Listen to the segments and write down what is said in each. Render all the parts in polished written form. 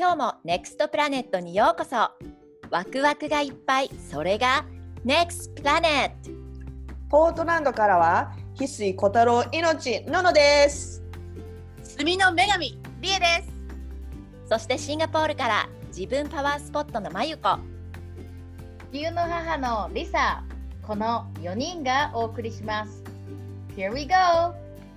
今日も NEXT プラネットにようこそ。ワクワクがいっぱい、それが NEXT プラネット。 ポートランドからは翡翠小太郎命ののです。 墨の女神リエです。 そしてシンガポールから自分パワースポットのまゆこ、 地球の母のリサ、この4人がお送りします。 Here we go。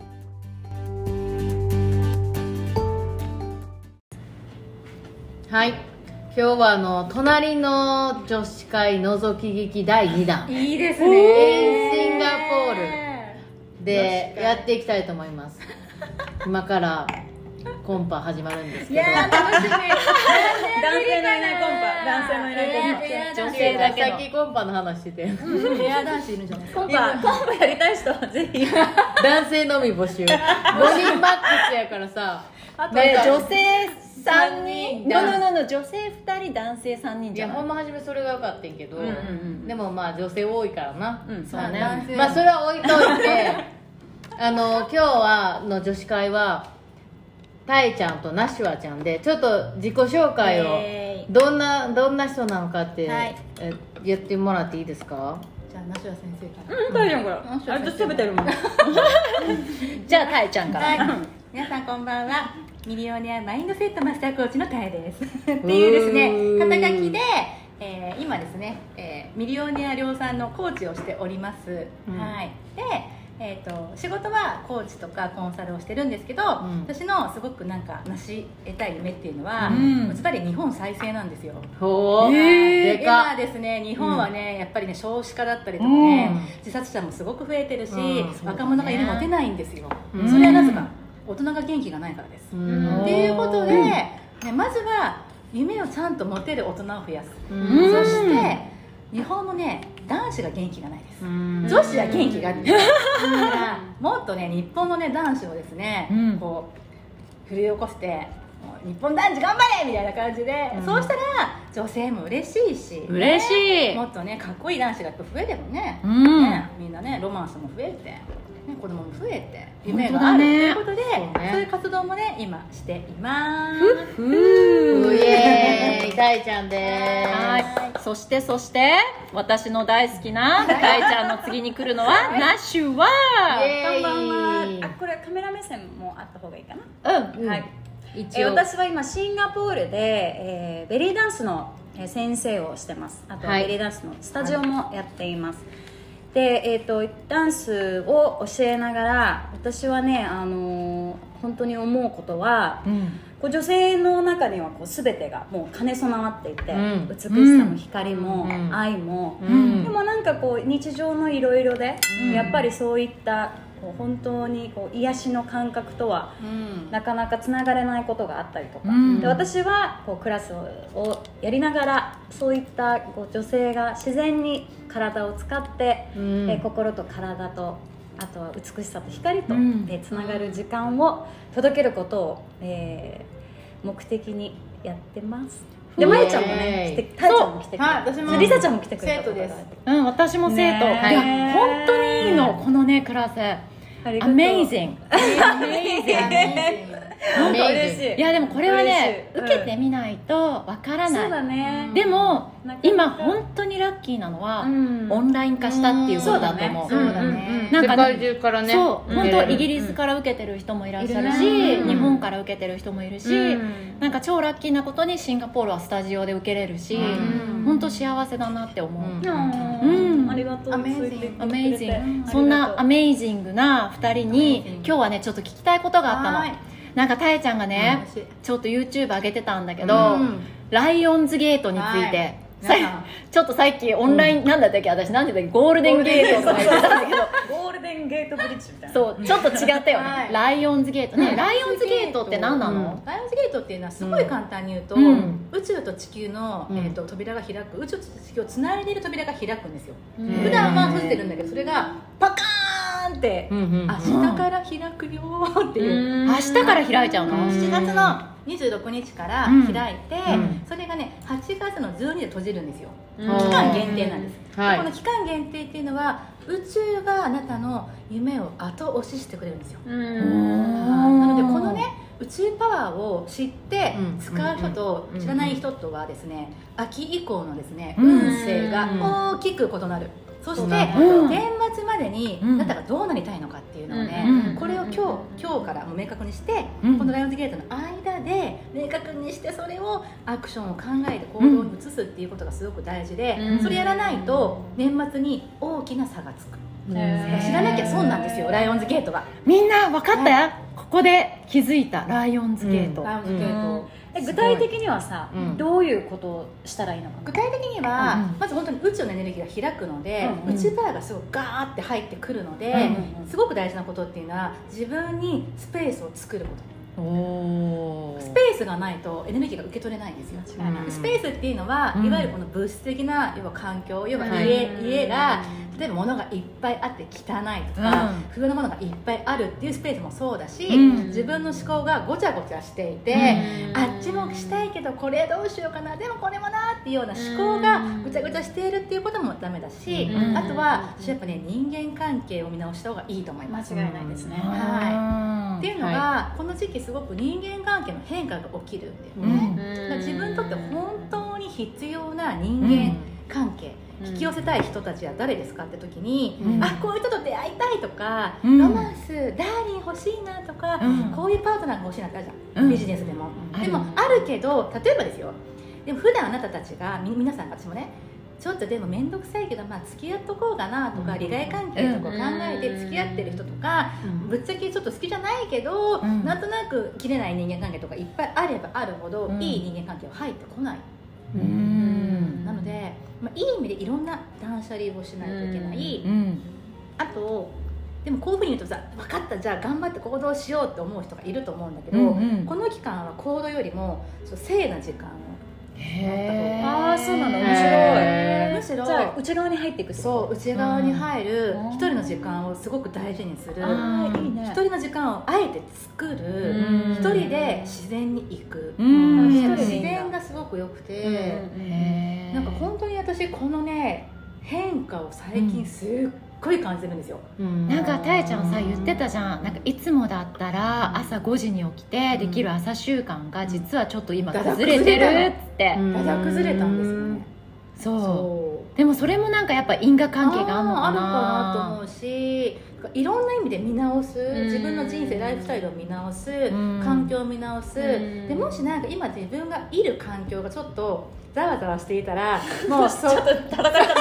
はい、今日は隣の女子会覗き聞き第2弾、 いいですシンね。 ガポールでやっていきたいと思います。今からコンパ始まるんですけど、 楽しみ。男性のいないコンパ、男性のいないコンパ、 女性だけさっきコンパの話してて、 エア男子いるんじゃないですか。コンパやりたい人はぜひ。 男性のみ募集5人マックスやからさ、 女性3人、女性2人、男性3人いじゃない。 やほんま初めそれが良かったんけど、でもまあ女性多いからな、 そうね。 まあそれは置いといて今日はの女子会はタイちゃんとナシュワちゃんで、ちょっと自己紹介をどんな人なのかって、言ってもらっていいですか？ じゃあナシュラ先生から。 タイちゃんから。あれずっと食べてるもん。じゃあタイちゃんから。 皆さんこんばんは。ミリオネアマインドセットマスターコーチのタエですっていうですね、肩書きで、今ですね、ミリオネア量産のコーチをしております、はい。で仕事はコーチとかコンサルをしてるんですけど、私のすごくなんか成し得たい夢っていうのは、ズバリ日本再生なんですよ。でか今ですね、日本はね、やっぱりね少子化だったりとかね、自殺者もすごく増えてるし、若者がいるモテないんですよ。それはなぜか大人が元気がないからです。っていうことで、ね、まずは夢をちゃんと持てる大人を増やす。そして日本のね男子が元気がないです。女子は元気があるんです。だからもっとね日本のね男子をですね、こう振り起こして日本男児頑張れみたいな感じで、そうしたら女性も嬉しいし、 嬉しい。 もっとねかっこいい男子が増えればね、みんなねロマンスも増えて、子供も増えて夢があるということで、そういう活動もね今しています。 イエーイ、タイちゃんではい。そして私の大好きなタイちゃんの次に来るのはナッシュは。 こんばんは。これカメラ目線もあった方がいいかな。はい。私は今シンガポールで、ベリーダンスの先生をしてます。あとベリーダンスのスタジオもやっています。で、ダンスを教えながら、私はね、本当に思うことは、こう女性の中にはこう全てがもう兼ね備わっていて、美しさも光も、愛も、でもなんかこう日常のいろいろで、やっぱりそういったこう本当にこう癒しの感覚とは、なかなかつながれないことがあったりとか、で私はこうクラスをやりながら、そういったこう女性が自然に体を使って、心と体とあとは美しさと光とつながる時間を届けることを、目的にやってます。で、まゆちゃんもね、タイちゃんも来てくれて、リサちゃんも来てくれたことがあって、 私も生徒。いや本当にいいの、このねクラス。アメイジング。 嬉しい。 いやでもこれはね、受けてみないとわからない。 そうだね。 でも今本当にラッキーなのはオンライン化したっていうことだと思う。 そうだね。 なんか世界中からね、 そう本当イギリスから受けてる人もいらっしゃるし、日本から受けてる人もいるし、なんか超ラッキーなことにシンガポールはスタジオで受けれるし、本当幸せだなって思う。 ありがとう。 アメイジング。そんなアメイジングな2人に今日はねちょっと聞きたいことがあったの。なんかタエちゃんがね、ちょっと YouTube 上げてたんだけど、ライオンズゲートについて、ちょっとさっきオンライン、なんだったっけ、私なんて言ったっけ、ゴールデンゲートとか言ってたんだけど、 ゴールデンゲートブリッジみたいな。 そうちょっと違ったよね。ライオンズゲートね。ライオンズゲートって何なの？ ライオンズゲートっていうのはすごい簡単に言うと、宇宙と地球の扉が開く、宇宙と地球をつないでいる扉が開くんですよ。普段は閉じてるんだけど、それがパカーンって明日から開くよっていう。 明日から開いちゃうの ？7月の26日から開いて、それがね8月の12で閉じるんですよ。期間限定なんです。この期間限定っていうのは宇宙があなたの夢を後押ししてくれるんですよ。なのでこのね宇宙パワーを知って使う人と知らない人とはですね、秋以降のですね運勢が大きく異なる。そして年末までにあなたがどうなりたいのかっていうのをね、これを今日からもう明確にして、このライオンズゲートの間で明確にして、それをアクションを考えて行動に移すっていうことがすごく大事で、それやらないと年末に大きな差がつく。知らなきゃ損なんですよ、ライオンズゲートは。 みんな分かったよ、ここで気づいた。ライオンズゲート、 ライオンズゲート。 具体的にはさ、どういうことをしたらいいのか。 具体的には、まず本当に宇宙のエネルギーが開くので、宇宙パワーがすごくガーって入ってくるので、すごく大事なことっていうのは自分にスペースを作ること。スペースがないとエネルギーが受け取れないんですよ。スペースっていうのは、いわゆるこの物質的な要は環境、要は家が例えば物がいっぱいあって汚いとか、不要なものがいっぱいあるっていうスペースもそうだし、自分の思考がごちゃごちゃしていて、あっちもしたいけどこれどうしようかな、でもこれもなっていうような思考がぐちゃぐちゃしているっていうこともダメだし、あとはやっぱね、人間関係を見直した方がいいと思います。 間違いないですね。 っていうのが、この時期すごく人間関係の変化が起きるんだよね。自分にとって本当に必要な人間関係、引き寄せたい人たちは誰ですかって時に、こういう人と出会いたいとか、ロマンス、ダーリン欲しいなとか、こういうパートナーが欲しいなってあるじゃん、ビジネスでも。でもあるけど、例えばですよ、でも普段あなたたちが皆さん、私もね、ちょっとでも面倒くさいけど、付き合っとこうかなとか、利害関係とか考えて付き合ってる人とか、ぶっちゃけちょっと好きじゃないけど、なんとなく切れない人間関係とかいっぱいあればあるほど、いい人間関係は入ってこない。なので、いい意味でいろんな断捨離をしないといけない。あとでもこういうふうに言うとさ、分かった、じゃあ頑張って行動しようって思う人がいると思うんだけど、この期間は行動よりも聖な時間をああ、そうなの、面白い。 むしろじゃあ内側に入っていく。 そう、内側に入る一人の時間をすごく大事にする。一人の時間をあえて作る。一人で自然に行く。自然がすごく良くて、なんか本当に私このね変化を最近すっごい感じてるんですよ。 なんかたえちゃんさ言ってたじゃん、なんかいつもだったら朝5時に起きてできる朝習慣が実はちょっと今崩れてるっつって、 だだ崩れたんですよね。 そうでもそれもなんかやっぱ因果関係があるのかな、 あるかなと思うし、いろんな意味で見直す、自分の人生ライフスタイルを見直す、環境を見直す。でもしなんか今自分がいる環境がちょっとざわざわしていたら、もうちょっと叩かれた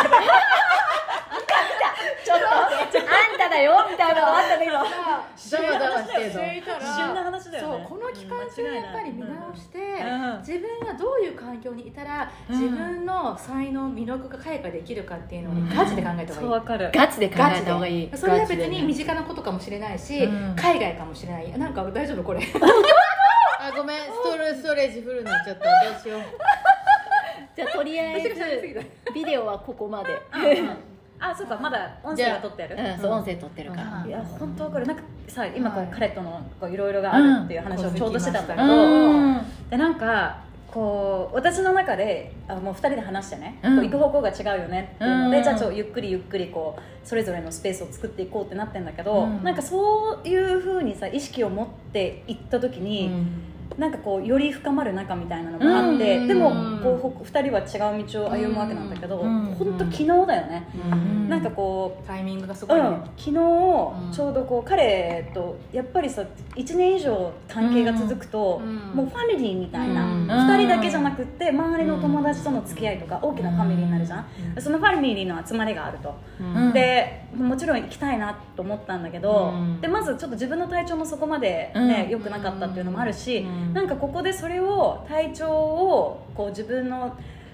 ちょっとあんただよみたいなのあったね今。 ざわざわしてたら旬な話だよね。 そう、この期間中やっぱり見直して、自分がどういう環境にいたら自分の才能魅力が開花できるかっていうのをガチで考えた方がいい。 そう、わかる。 ガチで考えた方がいい。 それは別に身近なことかもしれないし、海外かもしれない。なんか大丈夫これあ、ごめん、ストレージフルになっちゃった。どうしよう。 じゃあとりあえずビデオはここまで。 あ、そうか、まだ音声が撮ってある。 そう、音声撮ってるから。 いや、本当これなんかさ、今こう彼とのいろいろがあるっていう話をちょうどしてたんだけど、でなんかこう私の中でもう2人で話してね、こう行く方向が違うよねっていうので、じゃあゆっくりゆっくりこうそれぞれのスペースを作っていこうってなってんだけど、なんかそういう風にさ意識を持っていった時に、なんかこうより深まる仲みたいなのがあって、でもこう2人は違う道を歩むわけなんだけど、本当昨日だよね。なんかこうタイミングがすごいね。 昨日ちょうどこう彼とやっぱりさ1年以上関係が続くと、もうファミリーみたいな、2人だけじゃなくって周りの友達との付き合いとか大きなファミリーになるじゃん。そのファミリーの集まりがあると、でもちろん行きたいなと思ったんだけど、でまずちょっと自分の体調もそこまでね良くなかったっていうのもあるし、なんかここでそれを体調をこう自分の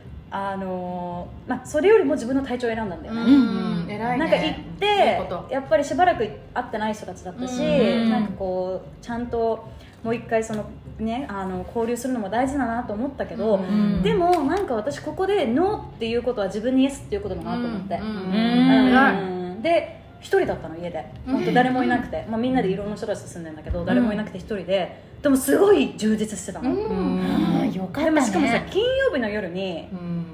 それよりも自分の体調を選んだんだよね。 偉いね。 なんか行ってやっぱりしばらく会ってない人たちだったし、なんかこうちゃんともう一回そのね交流するのも大事だなと思ったけど、でもなんか私ここでノーっていうことは自分にイエスっていうことだなと思って、で一人だったの家で、本当誰もいなくて、みんなでいろんな人たちと住んでんだけど誰もいなくて一人で、でもすごい充実してたの。 よかったね。 でもしかもさ金曜日の夜に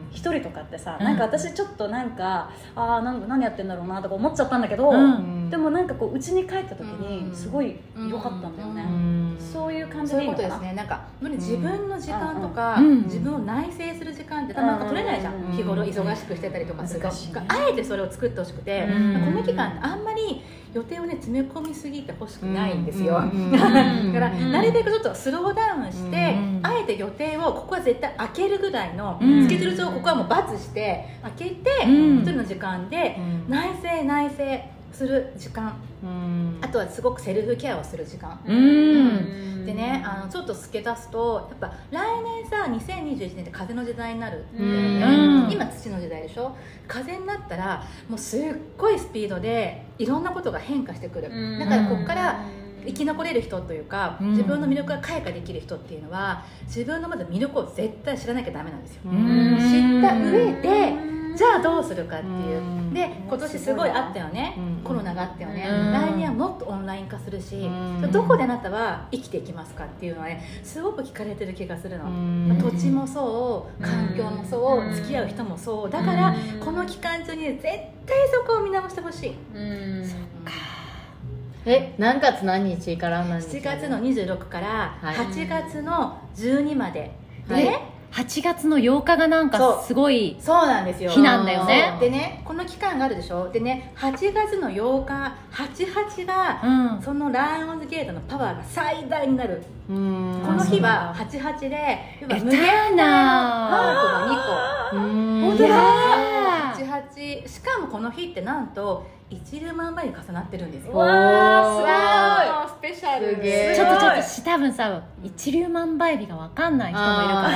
一人とかってさ、なんか私ちょっとなんか何やってんだろうなとか思っちゃったんだけど、でもなんかこう家に帰った時にすごい良かったんだよね。そういう感じでいいのかな。 そういうことですね。なんか自分の時間とか、自分を内省する時間ってなんか取れないじゃん。日頃忙しくしてたりとかするから、あえてそれを作ってほしくて、この期間あんまり予定をね詰め込みすぎてほしくないんですよ。だからなるべくちょっとスローダウンして、あえて予定をここは絶対開けるぐらいのスケジュール上ここはもう×して開けて、一人の時間で内省する時間、あとはすごくセルフケアをする時間、でね、ちょっと付け足すと、やっぱ来年さ2021年って風の時代になるんだよね。今土の時代でしょ。風になったらもうすっごいスピードでいろんなことが変化してくる。だからここから生き残れる人というか、自分の魅力が開花できる人っていうのは、自分のまず魅力を絶対知らなきゃダメなんですよ。知った上でじゃあどうするかっていう。で今年すごいあったよね、コロナがあったよね。来年はもっとオンライン化するし、どこであなたは生きていきますかっていうのはね、すごく聞かれてる気がするの。土地もそう環境もそう付き合う人もそうだから、この期間中に絶対そこを見直してほしい。そっか。 何月何日から何日？ 7 月の26から8月の12までで、 8月の8日がなんかすごいそうなんですよ、 日なんだよね。 でね、この期間があるでしょ。でね、8月の8日88が、そのライオンズゲートのパワーが最大になる。この日は88で無限大のワークが2個。本当だ。88、しかもこの日ってなんと10万倍に重なってるんですよ。 わー、すごいスペシャル。 ちょっと多分さ、一粒万倍日が分かんない人もいるから、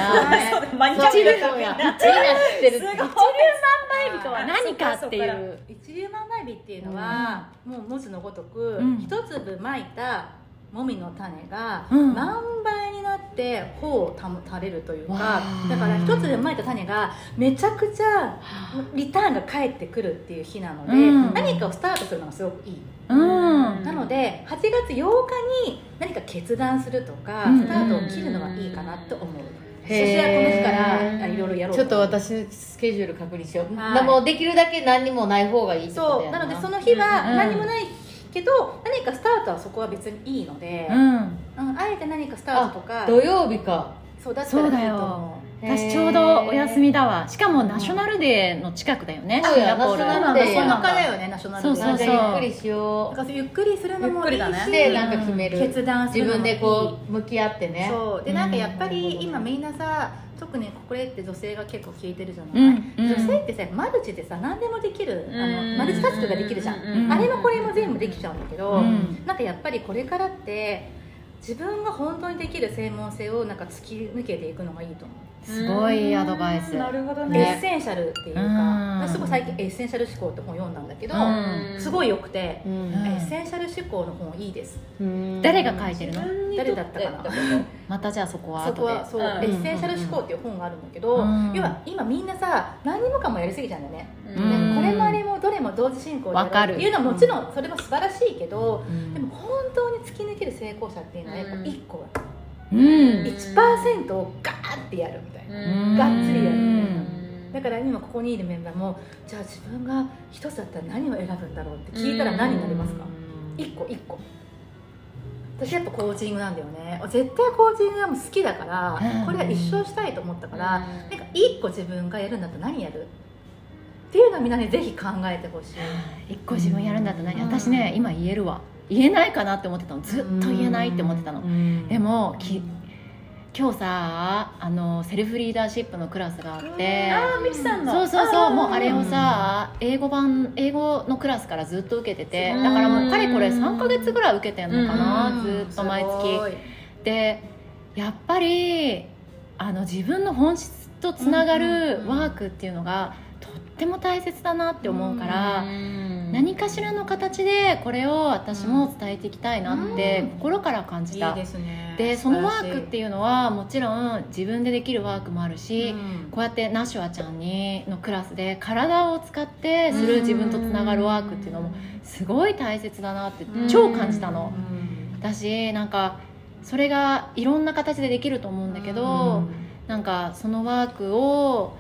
マニアックな人みんな知ってる。 一粒万倍日とは何かっていう。 一粒万倍日っていうのは、もう文字のごとく一粒まいたもみの種が万倍になって穂を垂れるというか、だから一つでまいた種がめちゃくちゃリターンが返ってくるっていう日なので、何かをスタートするのがすごくいい。なので8月8日に何か決断するとか、スタートを切るのがいいかなと思う。私はこの日からいろいろやろう。 ちょっと私スケジュール確認しよう。もうできるだけ何にもない方がいいってことやな。 そうなので、その日は何もないけど、何かスタートはそこは別にいいので、あえて何かスタートとか。 土曜日か。 そうだったらいいと思う。 私ちょうどお休みだわ。しかもナショナルデーの近くだよね。 そうや、ナショナルデー。 その中だよね、ナショナルデー。 そうじゃあゆっくりしよう。 だからゆっくりするのもいいし、 なんか決める。 決断するのもいい。 自分でこう向き合ってね。 そうで、なんかやっぱり今みんなさ、特にこれって女性が結構聞いてるじゃない。女性ってさ、マルチでさ、何でもできる、マルチタスクができるじゃん。あれもこれも全部できちゃうんだけど、なんかやっぱりこれからって自分が本当にできる専門性をなんか突き抜けていくのがいいと思う。 すごいアドバイス。 なるほどエね。 ッセンシャルっていうか、すごい最近エッセンシャル思考って本読んだんだけど、すごい良くて、エッセンシャル思考の本いいです。 誰が書いてるの？ 誰だったかな。 またじゃあそこはそこはそう、エッセンシャル思考っていう本があるんだけど、要は今みんなさ、何にもかもやりすぎちゃうんだよね。これもあれもどれも同時進行でやるっていうのはもちろんそれも素晴らしいけど、でも本当に突き抜ける成功者っていうのはやっぱ1個だ。1% をガーってやるみたいな、がっつりやるみたいな。だから今ここにいるメンバーも、じゃあ自分が一つだったら何を選ぶんだろうって聞いたら何になりますか？1個1個。私やっぱコーチングなんだよね。絶対コーチングがもう好きだから、これは一生したいと思ったから、なんか1個自分がやるんだったら何やるっていうのはみんなね、ぜひ考えてほしい。 1個自分やるんだったら何？私ね、今言えるわ。言えないかなって思ってたの。ずっと言えないって思ってたの。でも今日さ、セルフリーダーシップのクラスがあって、 ミキさんのそうもうあれをさ、英語のクラスからずっと受けてて、だからもうかれこれ3ヶ月ぐらい受けてんのかな、ずっと毎月で、やっぱり自分の本質とつながるワークっていうのがとっても大切だなって思うから、何かしらの形でこれを私も伝えていきたいなって心から感じた。 いいですね。 でそのワークっていうのはもちろん自分でできるワークもあるし、こうやってナシュアちゃんのクラスで体を使ってする自分とつながるワークっていうのもすごい大切だなって超感じたの。だしなんかそれがいろんな形でできると思うんだけど、なんかそのワークを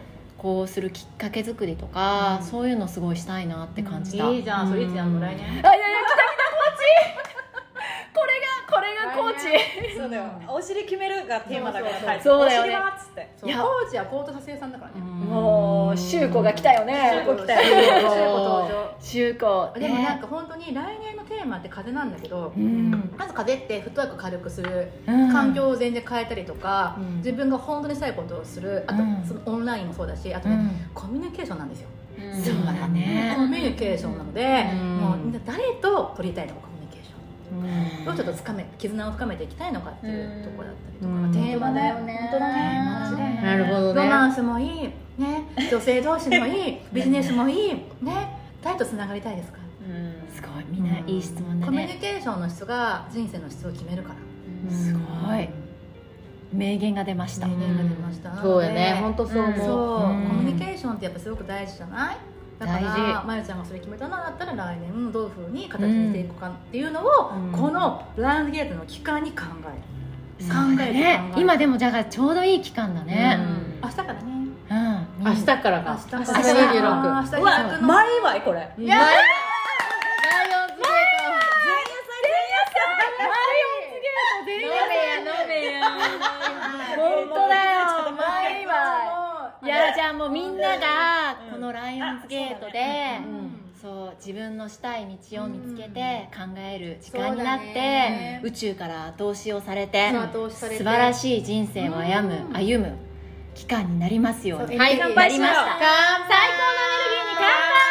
行するきっかけ作りとか、そういうのすごいしたいなって感じた。 いいじゃん、それいつやんの？来年？ あ、いやいや、来たコーチこれがコーチ。 そうだよ、お尻決めるがテーマだからそうだよね。 お尻はっつって、 コーチはコート撮影さんだからね。 もうシュウコが来たよね。 シュウコ来たよシュウコでもなんか本当に来年のテーマって風なんだけど、まず風ってフットワーク軽くする、環境を全然変えたりとか、自分が本当にしたいことをする、あとそのオンラインもそうだし、あとね、コミュニケーションなんですよ。 そうだね。 コミュニケーションなので、もうみんな誰と取りたいのか、コミュニケーションどうちょっと絆を深めていきたいのかっていうところだったりとか、テーマだよね。本当だね。 なるほどね。 ロマンスもいいね、女性同士もいい、ビジネスもいいね、誰とつながりたいですか？ すごい、みんないい質問だね。 コミュニケーションの質が人生の質を決めるから。 すごい名言が出ました。 名言が出ました。 そうやね、本当そう思う。 そう、コミュニケーションってやっぱすごく大事じゃない？だからまゆちゃんがそれ決めたのだったら、来年どういうふうに形にしていくかっていうのを、このライオンズゲートの期間に考える。 今でもじゃあちょうどいい期間だね。 明日からね。 明日からか。 明日26。 うわ、前祝いこれ。 ライオンズゲート。 本当だよ、前祝い。いや、じゃあもうみんながこのライオンズゲートで、そう自分のしたい道を見つけて考える時間になって、宇宙から後押しをされて素晴らしい人生を歩む期間になりますように。 はい、 なりました。最高のエネルギーに乾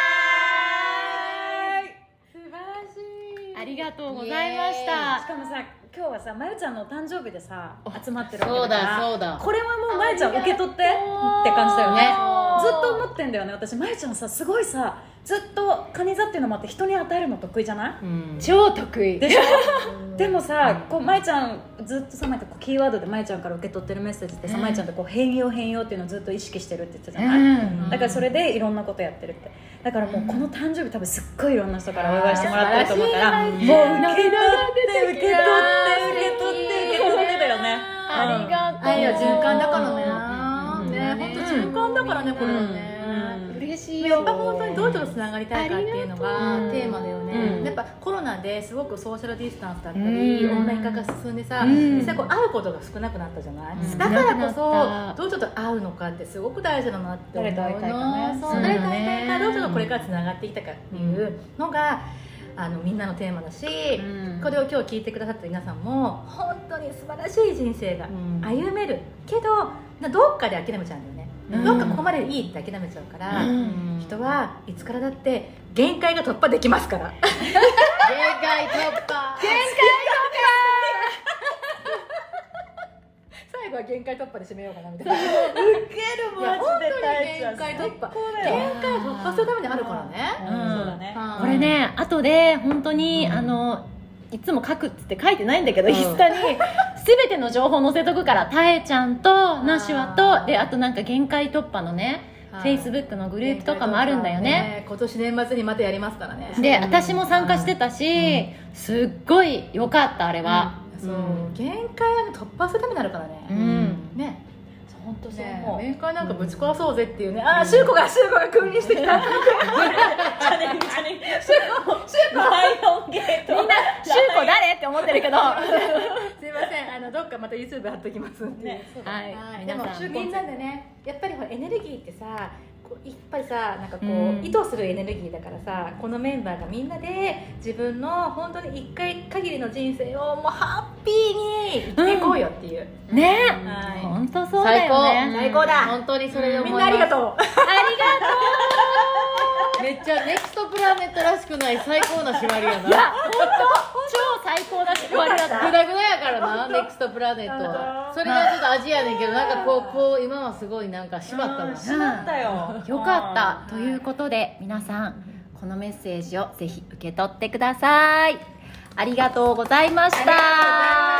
杯。素晴らしい。ありがとうございました。 しかもさ、今日はさ、まゆちゃんのお誕生日でさ集まってるわけだから、 そうだこれはもうまゆちゃん受け取ってって感じだよね。ずっと思ってんだよね、私。まゆちゃんさ、すごいさ、ずっとカニ座っていうのもあって人に与えるの得意じゃない？ 超得意でしょでもさ、こうまゆちゃんずっとさ、なんかこうキーワードでまゆちゃんから受け取ってるメッセージってさ、まゆちゃんってこう変容っていうのをずっと意識してるって言ってたじゃない？だからそれでいろんなことやってるって。だからもうこの誕生日多分すっごいいろんな人からお祝いしてもらってると思うから、もう受け取ってだよね。 ありがとう。 愛は循環だからね。本当循環だからね、これはね。嬉しいよ。やっぱ本当にどうとつながりたいかっていうのがテーマだよね。やっぱコロナですごくソーシャルディスタンスだったり、オンライン化が進んでさ、実際こう会うことが少なくなったじゃない？だからこそどうちょっと会うのかってすごく大事だなって思うの。誰と会いたいかね。そう、誰と会いたいか、どうちょっとこれからつながっていきたかっていうのがみんなのテーマだし、これを今日聞いてくださった皆さんも本当に素晴らしい人生が歩めるけど、どっかで諦めちゃうんだよね。どっかここまでいいって諦めちゃうから、人はいつからだって限界が突破できますから。限界突破最後は限界突破で締めようかなみたいな。ウケる、マジで。限界突破するためにあるからね。 そうだね。 これね、後で本当にいつも書くっつって書いてないんだけど、インスタに全ての情報載せとくから、たえちゃんとナシュワとで、あとなんか限界突破のね、Facebook のグループとかもあるんだよね。 今年年末にまたやりますからね。 で、私も参加してたし、すっごい良かった、あれは。 限界はね、突破するためになるからね。ね、本当ね、限界なんかぶち壊そうぜっていうね。あ、シュウコが君臨してきた。シュウコライオンゲート。 みんなシュウコ誰って思ってるけど。 すいません、どっかまた YouTube 貼っときますんで。はい。でもみんなでね、やっぱりエネルギーってさ、やっぱりさ、なんかこう意図するエネルギーだからさ、このメンバーがみんなで自分の本当に1回限りの人生をもうハッピーに生きていこうよっていうね。本当そうだよね。 最高だ。 本当にそれで思います。 みんなありがとう。ありがとう。めっちゃネクストプラネットらしくない最高な締まりやな。いや、本当超最高な締まりだった。グダグダやからな、ネクストプラネットは。それがちょっと味やねんけど、なんかこう今はすごいなんか締まったな。 締まったよ。 よかったということで、皆さんこのメッセージをぜひ受け取ってください。ありがとうございました。